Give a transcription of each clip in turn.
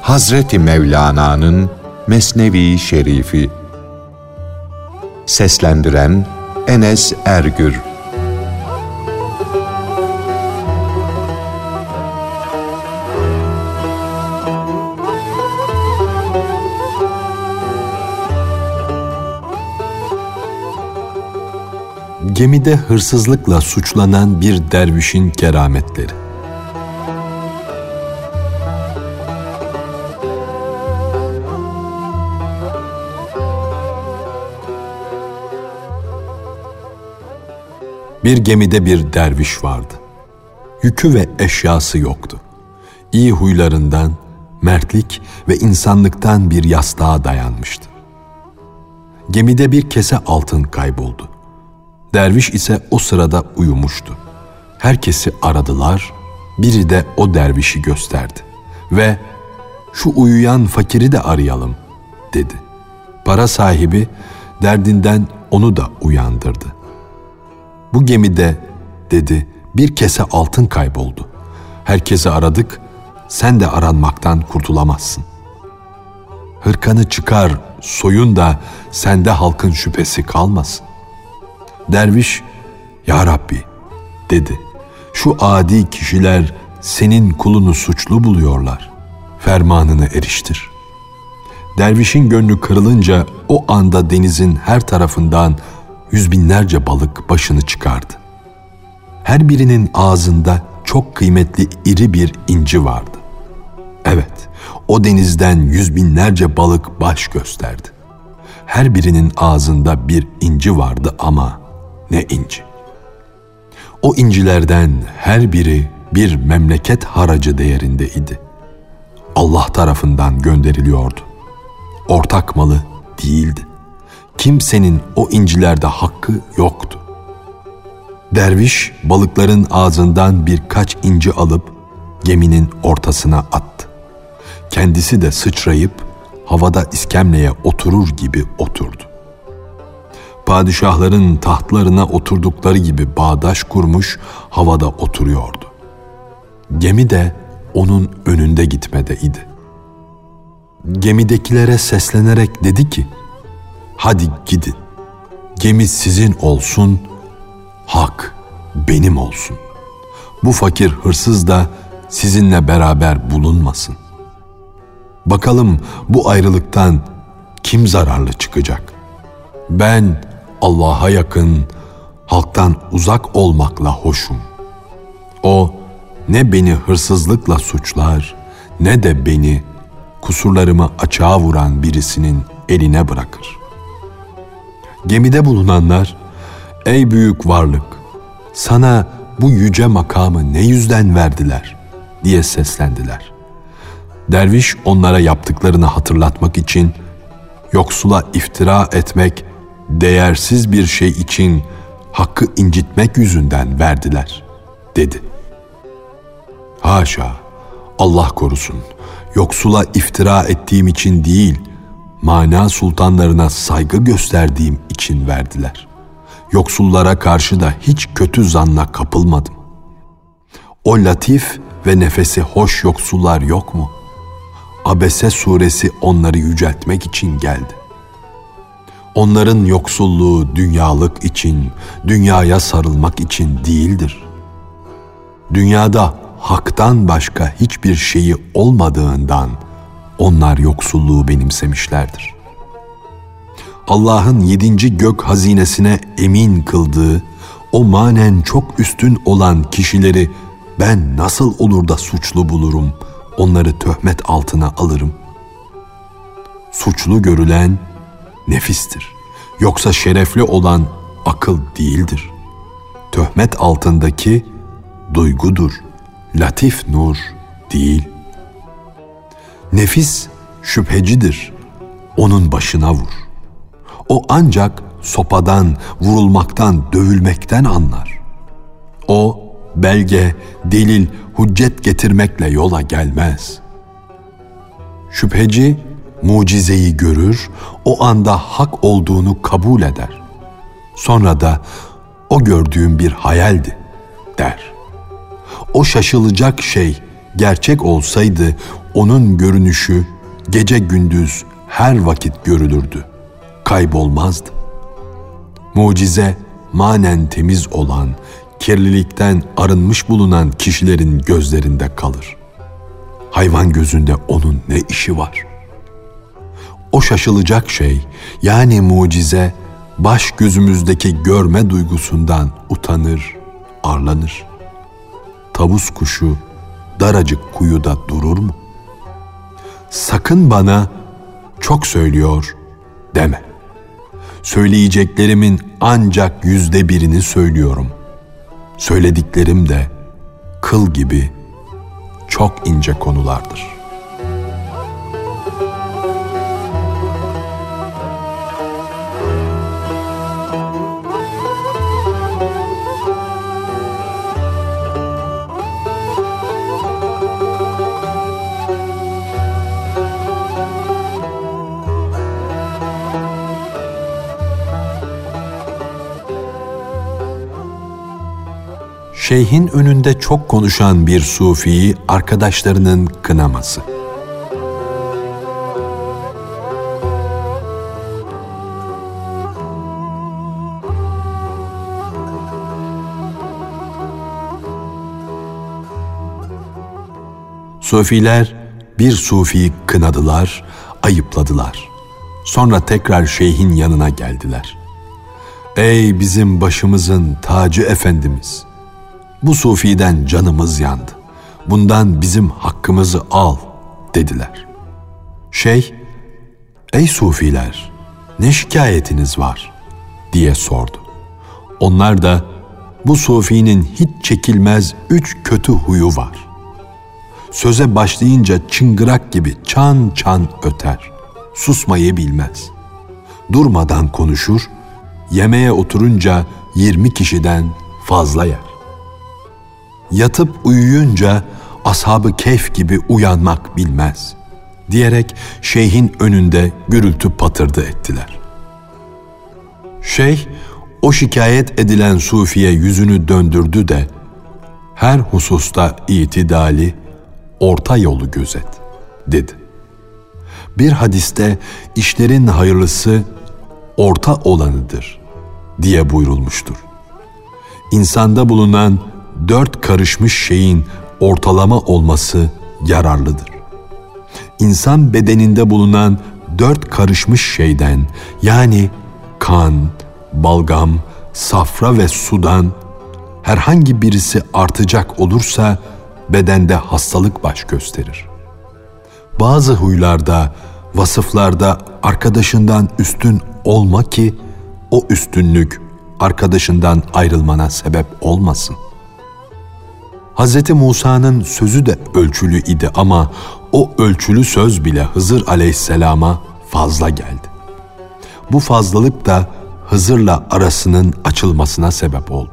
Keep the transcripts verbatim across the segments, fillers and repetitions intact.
Hazreti Mevlana'nın Mesnevi Şerifi. Seslendiren Enes Ergür. Gemide hırsızlıkla suçlanan bir dervişin kerametleri. Bir gemide bir derviş vardı. Yükü ve eşyası yoktu. İyi huylarından, mertlik ve insanlıktan bir yastığa dayanmıştı. Gemide bir kese altın kayboldu. Derviş ise o sırada uyumuştu. Herkesi aradılar, biri de o dervişi gösterdi ve "Şu uyuyan fakiri de arayalım," dedi. Para sahibi derdinden onu da uyandırdı. "Bu gemide," dedi, "bir kese altın kayboldu. Herkesi aradık, sen de aranmaktan kurtulamazsın. Hırkanı çıkar, soyun da sende halkın şüphesi kalmasın." Derviş, "Ya Rabbi," dedi, "şu adi kişiler senin kulunu suçlu buluyorlar. Fermanını eriştir." Dervişin gönlü kırılınca o anda denizin her tarafından yüz binlerce balık başını çıkardı. Her birinin ağzında çok kıymetli iri bir inci vardı. Evet, o denizden yüz binlerce balık baş gösterdi. Her birinin ağzında bir inci vardı ama ne inci. O incilerden her biri bir memleket haracı değerinde idi. Allah tarafından gönderiliyordu. Ortak malı değildi. Kimsenin o incilerde hakkı yoktu. Derviş balıkların ağzından birkaç inci alıp geminin ortasına attı. Kendisi de sıçrayıp havada iskemleye oturur gibi oturdu. Padişahların tahtlarına oturdukları gibi bağdaş kurmuş havada oturuyordu. Gemi de onun önünde gitmede idi. Gemidekilere seslenerek dedi ki, "Hadi gidin, gemi sizin olsun, hak benim olsun. Bu fakir hırsız da sizinle beraber bulunmasın. Bakalım bu ayrılıktan kim zararlı çıkacak? Ben Allah'a yakın, halktan uzak olmakla hoşum. O ne beni hırsızlıkla suçlar, ne de beni kusurlarımı açığa vuran birisinin eline bırakır." Gemide bulunanlar, "Ey büyük varlık, sana bu yüce makamı ne yüzden verdiler?" diye seslendiler. Derviş onlara yaptıklarını hatırlatmak için, "Yoksula iftira etmek, değersiz bir şey için hakkı incitmek yüzünden verdiler," dedi. "Haşa, Allah korusun, yoksula iftira ettiğim için değil, mana sultanlarına saygı gösterdiğim için verdiler. Yoksullara karşı da hiç kötü zanna kapılmadım. O latif ve nefesi hoş yoksullar yok mu? Abese suresi onları yüceltmek için geldi. Onların yoksulluğu dünyalık için, dünyaya sarılmak için değildir. Dünyada haktan başka hiçbir şeyi olmadığından onlar yoksulluğu benimsemişlerdir. Allah'ın yedinci gök hazinesine emin kıldığı o manen çok üstün olan kişileri ben nasıl olur da suçlu bulurum, onları töhmet altına alırım? Suçlu görülen nefistir. Yoksa şerefli olan akıl değildir. Töhmet altındaki duygudur. Latif nur değil. Nefis şüphecidir. Onun başına vur. O ancak sopadan, vurulmaktan, dövülmekten anlar. O belge, delil, hüccet getirmekle yola gelmez. Şüpheci mucizeyi görür, o anda hak olduğunu kabul eder. Sonra da o gördüğüm bir hayaldi der. O şaşılacak şey gerçek olsaydı onun görünüşü gece gündüz her vakit görülürdü, kaybolmazdı. Mucize manen temiz olan, kirlilikten arınmış bulunan kişilerin gözlerinde kalır. Hayvan gözünde onun ne işi var? O şaşılacak şey, yani mucize, baş gözümüzdeki görme duygusundan utanır, arlanır. Tavus kuşu daracık kuyuda durur mu? Sakın bana çok söylüyor deme. Söyleyeceklerimin ancak yüzde birini söylüyorum. Söylediklerim de kıl gibi çok ince konulardır. Şeyhin önünde çok konuşan bir sufiyi arkadaşlarının kınaması. Sufiler bir sufiyi kınadılar, ayıpladılar. Sonra tekrar şeyhin yanına geldiler. Ey bizim başımızın tacı efendimiz! Bu sufiden canımız yandı. Bundan bizim hakkımızı al dediler. Şeyh, ey sufiler, ne şikayetiniz var diye sordu. Onlar da bu sufinin hiç çekilmez üç kötü huyu var. Söze başlayınca çıngırak gibi çan çan öter, susmayı bilmez. Durmadan konuşur, yemeğe oturunca yirmi kişiden fazla yer. Yatıp uyuyunca ashab-ı kehf gibi uyanmak bilmez diyerek şeyhin önünde gürültü patırdı ettiler. Şeyh o şikayet edilen sufiye yüzünü döndürdü de her hususta itidali, orta yolu gözet dedi. Bir hadiste işlerin hayırlısı orta olanıdır diye buyurulmuştur. İnsanda bulunan dört karışmış şeyin ortalama olması yararlıdır. İnsan bedeninde bulunan dört karışmış şeyden, yani kan, balgam, safra ve sudan herhangi birisi artacak olursa bedende hastalık baş gösterir. Bazı huylarda, vasıflarda arkadaşından üstün olma ki o üstünlük arkadaşından ayrılmana sebep olmasın. Hz. Musa'nın sözü de ölçülü idi ama o ölçülü söz bile Hızır aleyhisselama fazla geldi. Bu fazlalık da Hızır'la arasının açılmasına sebep oldu.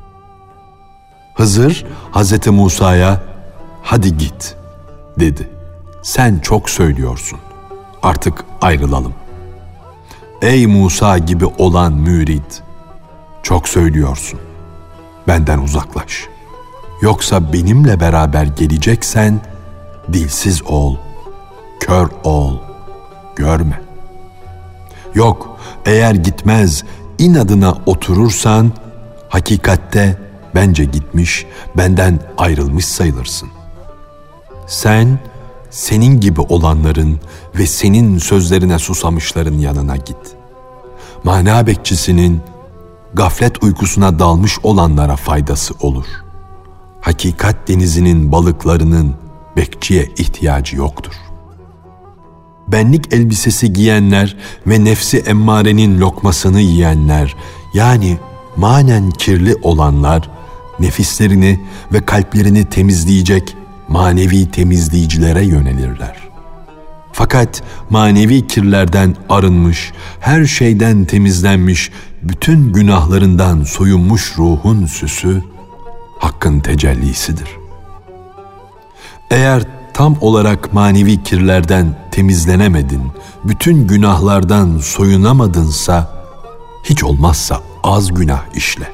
Hızır, Hz. Musa'ya "Hadi git," dedi. "Sen çok söylüyorsun. Artık ayrılalım." "Ey Musa gibi olan mürit, çok söylüyorsun. Benden uzaklaş. Yoksa benimle beraber geleceksen dilsiz ol, kör ol, görme. Yok, eğer gitmez inadına oturursan hakikatte bence gitmiş, benden ayrılmış sayılırsın. Sen, senin gibi olanların ve senin sözlerine susamışların yanına git. Mana bekçisinin gaflet uykusuna dalmış olanlara faydası olur. Hakikat denizinin balıklarının bekçiye ihtiyacı yoktur. Benlik elbisesi giyenler ve nefsi emmarenin lokmasını yiyenler, yani manen kirli olanlar, nefislerini ve kalplerini temizleyecek manevi temizleyicilere yönelirler. Fakat manevi kirlerden arınmış, her şeyden temizlenmiş, bütün günahlarından soyunmuş ruhun süsü, Hakk'ın tecellisidir. Eğer tam olarak manevi kirlerden temizlenemedin, bütün günahlardan soyunamadınsa, hiç olmazsa az günah işle.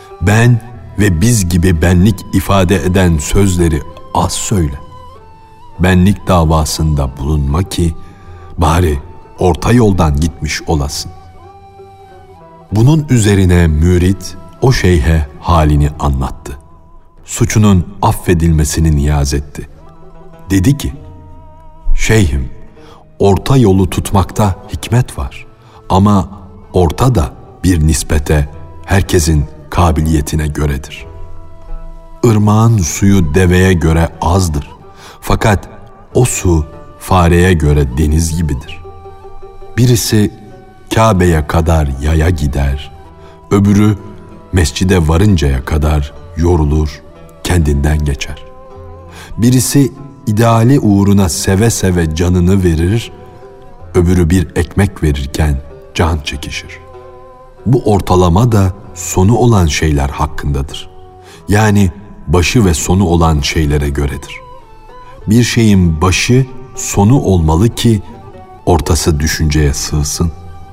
Ben ve biz gibi benlik ifade eden sözleri az söyle. benlik davasında bulunma ki bari orta yoldan gitmiş olasın. Bunun üzerine mürit o şeyhe halini anlattı. Suçunun affedilmesini niyaz etti. Dedi ki, şeyhim, orta yolu tutmakta hikmet var. Ama orta da bir nispete herkesin kabiliyetine göredir. Irmağın suyu deveye göre azdır. Fakat o su fareye göre deniz gibidir. Birisi Kabe'ye kadar yaya gider, öbürü mescide varıncaya kadar yorulur, kendinden geçer. Birisi ideali uğruna seve seve canını verir, öbürü bir ekmek verirken can çekişir. Bu ortalama da sonu olan şeyler hakkındadır. Yani başı ve sonu olan şeylere göredir. Bir şeyin başı, sonu olmalı ki ortası düşünceye sığsın.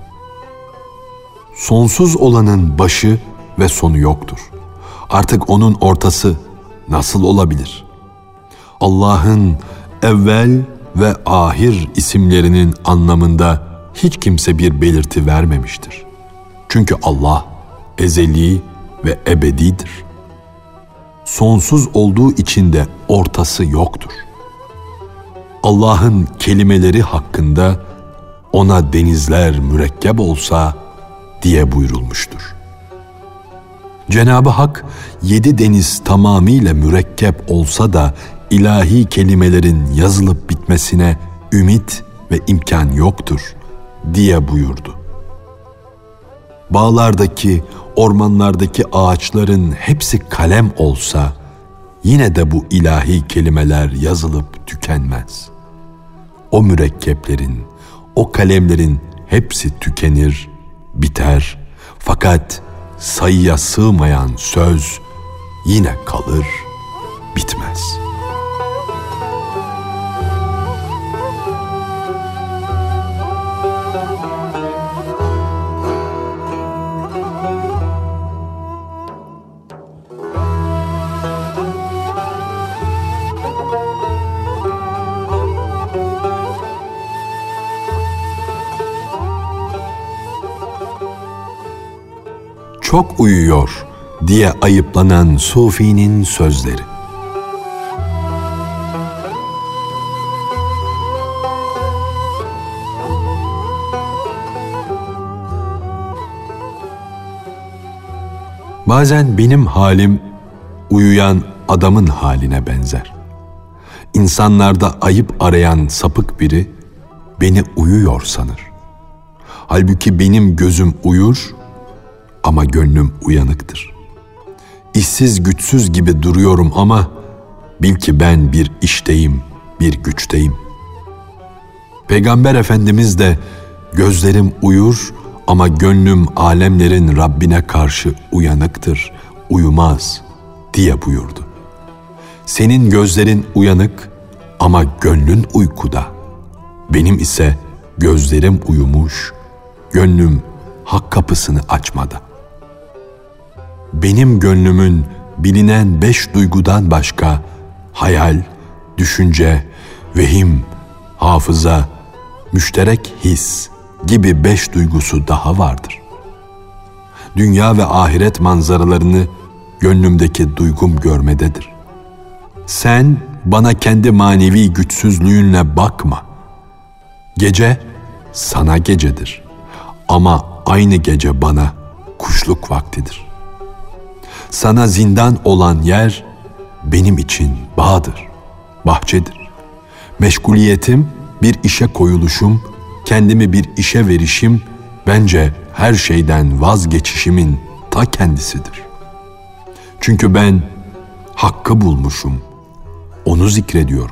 Sonsuz olanın başı ve sonu yoktur. Artık onun ortası nasıl olabilir? Allah'ın evvel ve ahir isimlerinin anlamında hiç kimse bir belirti vermemiştir. Çünkü Allah ezeli ve ebedidir. Sonsuz olduğu için de ortası yoktur. Allah'ın kelimeleri hakkında ona denizler mürekkep olsa diye buyurulmuştur. Cenab-ı Hak yedi deniz tamamıyla mürekkep olsa da ilahi kelimelerin yazılıp bitmesine ümit ve imkan yoktur diye buyurdu. Bağlardaki, ormanlardaki ağaçların hepsi kalem olsa yine de bu ilahi kelimeler yazılıp tükenmez. O mürekkeplerin, o kalemlerin hepsi tükenir, biter. Fakat sayıya sığmayan söz yine kalır, bitmez. Çok uyuyor diye ayıplanan Sufi'nin sözleri. Bazen benim halim uyuyan adamın haline benzer. İnsanlarda ayıp arayan sapık biri beni uyuyor sanır. Halbuki benim gözüm uyur ama gönlüm uyanıktır. İşsiz güçsüz gibi duruyorum ama bil ki ben bir işteyim, bir güçteyim. Peygamber Efendimiz de gözlerim uyur ama gönlüm alemlerin Rabbine karşı uyanıktır, uyumaz diye buyurdu. Senin gözlerin uyanık ama gönlün uykuda. Benim ise gözlerim uyumuş, gönlüm hak kapısını açmadı. Benim gönlümün bilinen beş duygudan başka hayal, düşünce, vehim, hafıza, müşterek his gibi beş duygusu daha vardır. Dünya ve ahiret manzaralarını gönlümdeki duygum görmededir. Sen bana kendi manevi güçsüzlüğünle bakma. Gece sana gecedir ama aynı gece bana kuşluk vaktidir. Sana zindan olan yer benim için bağdır, bahçedir. Meşguliyetim, bir işe koyuluşum, kendimi bir işe verişim, bence her şeyden vazgeçişimin ta kendisidir. Çünkü ben hakkı bulmuşum, onu zikrediyorum.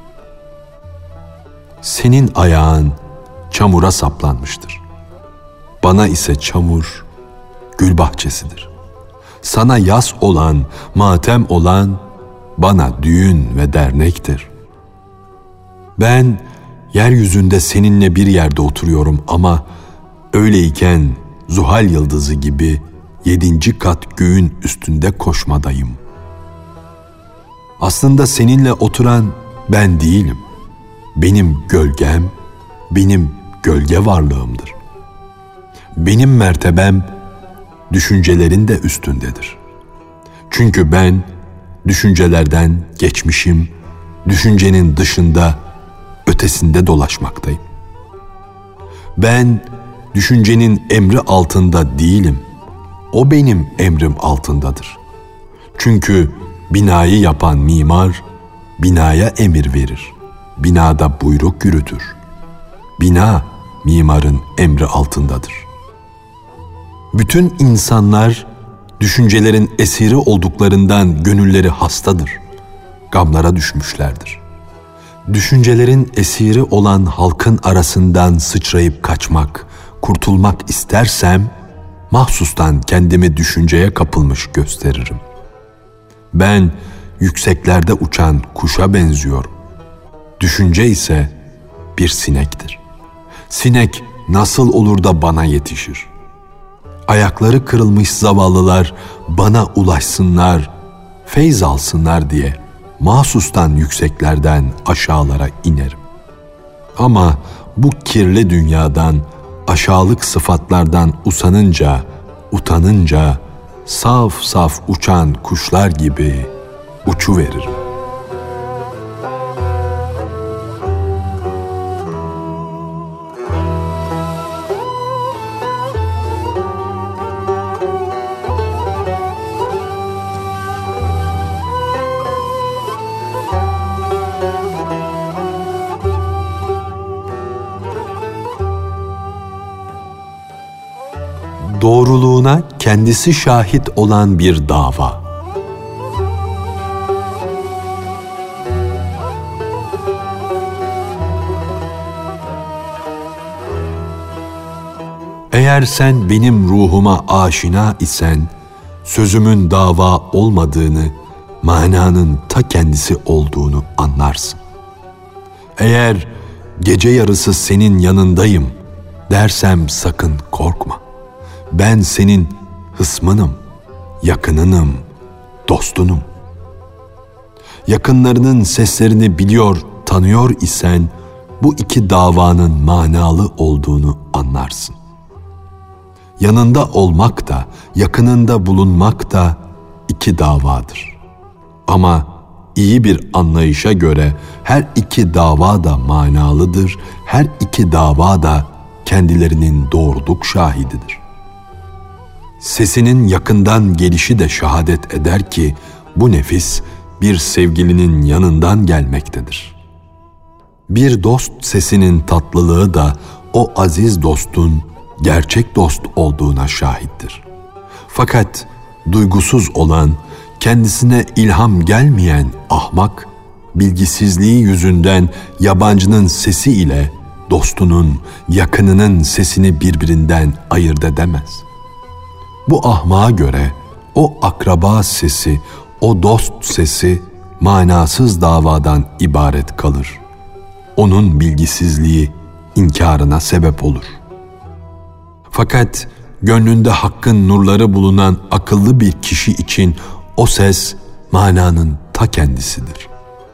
Senin ayağın çamura saplanmıştır. Bana ise çamur gül bahçesidir. Sana yas olan, matem olan, bana düğün ve dernektir. Ben yeryüzünde seninle bir yerde oturuyorum ama öyleyken Zuhal yıldızı gibi yedinci kat göğün üstünde koşmadayım. Aslında seninle oturan ben değilim. Benim gölgem, benim gölge varlığımdır. Benim mertebem düşüncelerin de üstündedir. Çünkü ben düşüncelerden geçmişim, düşüncenin dışında, ötesinde dolaşmaktayım. Ben düşüncenin emri altında değilim. O benim emrim altındadır. Çünkü binayı yapan mimar, binaya emir verir. Binada buyruk yürütür. Bina, mimarın emri altındadır. Bütün insanlar, düşüncelerin esiri olduklarından gönülleri hastadır. Gamlara düşmüşlerdir. Düşüncelerin esiri olan halkın arasından sıçrayıp kaçmak, kurtulmak istersem, mahsustan kendimi düşünceye kapılmış gösteririm. Ben yükseklerde uçan kuşa benziyorum. Düşünce ise bir sinektir. Sinek nasıl olur da bana yetişir? Ayakları kırılmış zavallılar bana ulaşsınlar, feyz alsınlar diye mahsustan yükseklerden aşağılara inerim. Ama bu kirli dünyadan, aşağılık sıfatlardan usanınca, utanınca, saf saf uçan kuşlar gibi uçuveririm. Doğruluğuna kendisi şahit olan bir dava. Eğer sen benim ruhuma aşina isen, sözümün dava olmadığını, mananın ta kendisi olduğunu anlarsın. Eğer gece yarısı senin yanındayım dersem sakın korkma. Ben senin hısmınım, yakınınım, dostunum. Yakınlarının seslerini biliyor, tanıyor isen bu iki davanın manalı olduğunu anlarsın. Yanında olmak da, yakınında bulunmak da iki davadır. Ama iyi bir anlayışa göre her iki dava da manalıdır, her iki dava da kendilerinin doğruluk şahididir. Sesinin yakından gelişi de şehadet eder ki bu nefis bir sevgilinin yanından gelmektedir. Bir dost sesinin tatlılığı da o aziz dostun gerçek dost olduğuna şahittir. Fakat duygusuz olan, kendisine ilham gelmeyen ahmak, bilgisizliği yüzünden yabancının sesi ile dostunun, yakınının sesini birbirinden ayırt edemez. Bu ahmağa göre o akraba sesi, o dost sesi manasız davadan ibaret kalır. Onun bilgisizliği inkarına sebep olur. Fakat gönlünde hakkın nurları bulunan akıllı bir kişi için o ses mananın ta kendisidir.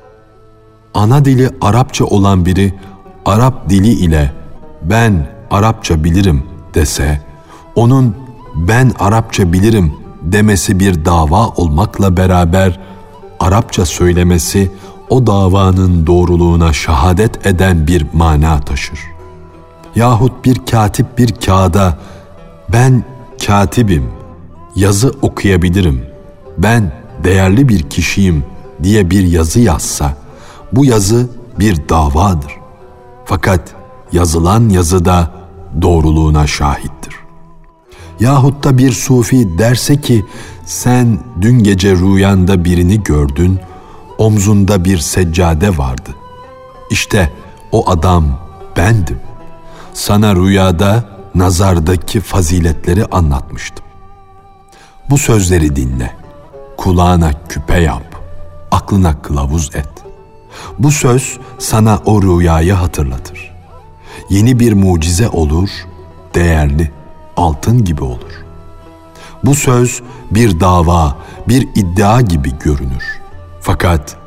Ana dili Arapça olan biri Arap dili ile ben Arapça bilirim dese, onun ben Arapça bilirim demesi bir dava olmakla beraber Arapça söylemesi o davanın doğruluğuna şehadet eden bir mana taşır. Yahut bir katip bir kağıda ben katibim, yazı okuyabilirim, ben değerli bir kişiyim diye bir yazı yazsa, bu yazı bir davadır. Fakat yazılan yazıda doğruluğuna şahittir. Yahut da bir sufi derse ki sen dün gece rüyanda birini gördün, omzunda bir seccade vardı. İşte o adam bendim. Sana rüyada nazardaki faziletleri anlatmıştım. Bu sözleri dinle, kulağına küpe yap, aklına kılavuz et. Bu söz sana o rüyayı hatırlatır. Yeni bir mucize olur, değerli, altın gibi olur. Bu söz bir dava, bir iddia gibi görünür. Fakat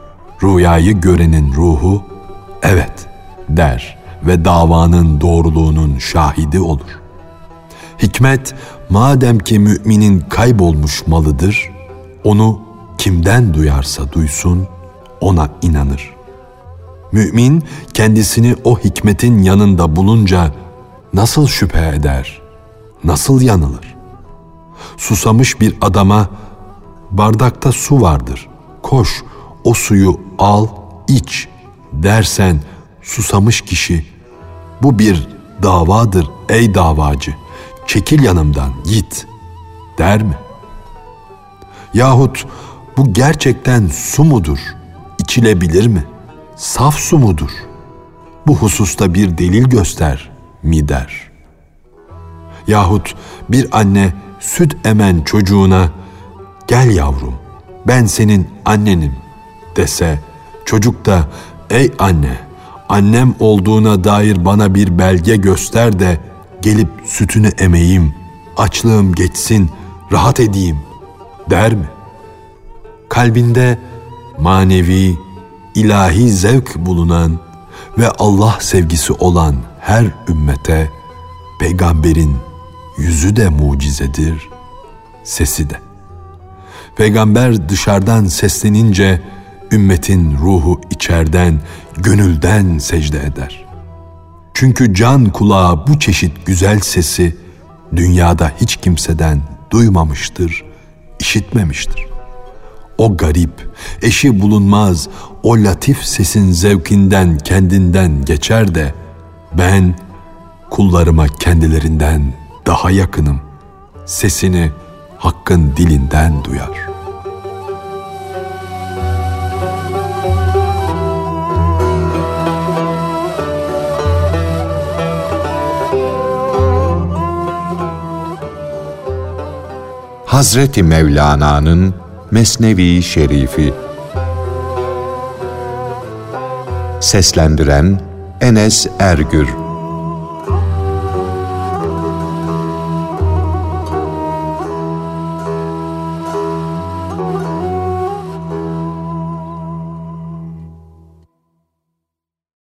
Rüyayı görenin ruhu evet der ve davanın doğruluğunun şahidi olur. Hikmet, madem ki müminin kaybolmuş malıdır, onu kimden duyarsa duysun, ona inanır. Mümin, kendisini o hikmetin yanında bulunca nasıl şüphe eder, nasıl yanılır? Susamış bir adama, bardakta su vardır, koş o suyu al, iç dersen, susamış kişi, bu bir davadır ey davacı, çekil yanımdan git der mi? Yahut bu gerçekten su mudur, içilebilir mi, saf su mudur, bu hususta bir delil göster mi der? Yahut bir anne süt emen çocuğuna, gel yavrum ben senin annenim dese, çocuk da ey anne, annem olduğuna dair bana bir belge göster de gelip sütünü emeyim, açlığım geçsin, rahat edeyim der mi? Kalbinde manevi, ilahi zevk bulunan ve Allah sevgisi olan her ümmete peygamberin yüzü de mucizedir, sesi de. Peygamber dışarıdan seslenince ümmetin ruhu içerden, gönülden secde eder. Çünkü can kulağı bu çeşit güzel sesi dünyada hiç kimseden duymamıştır, işitmemiştir. O garip, eşi bulunmaz, o latif sesin zevkinden kendinden geçer de ben kullarıma kendilerinden daha yakınım, sesini Hakk'ın dilinden duyar. Hazreti Mevlana'nın Mesnevi Şerifi. Seslendiren Enes Ergür.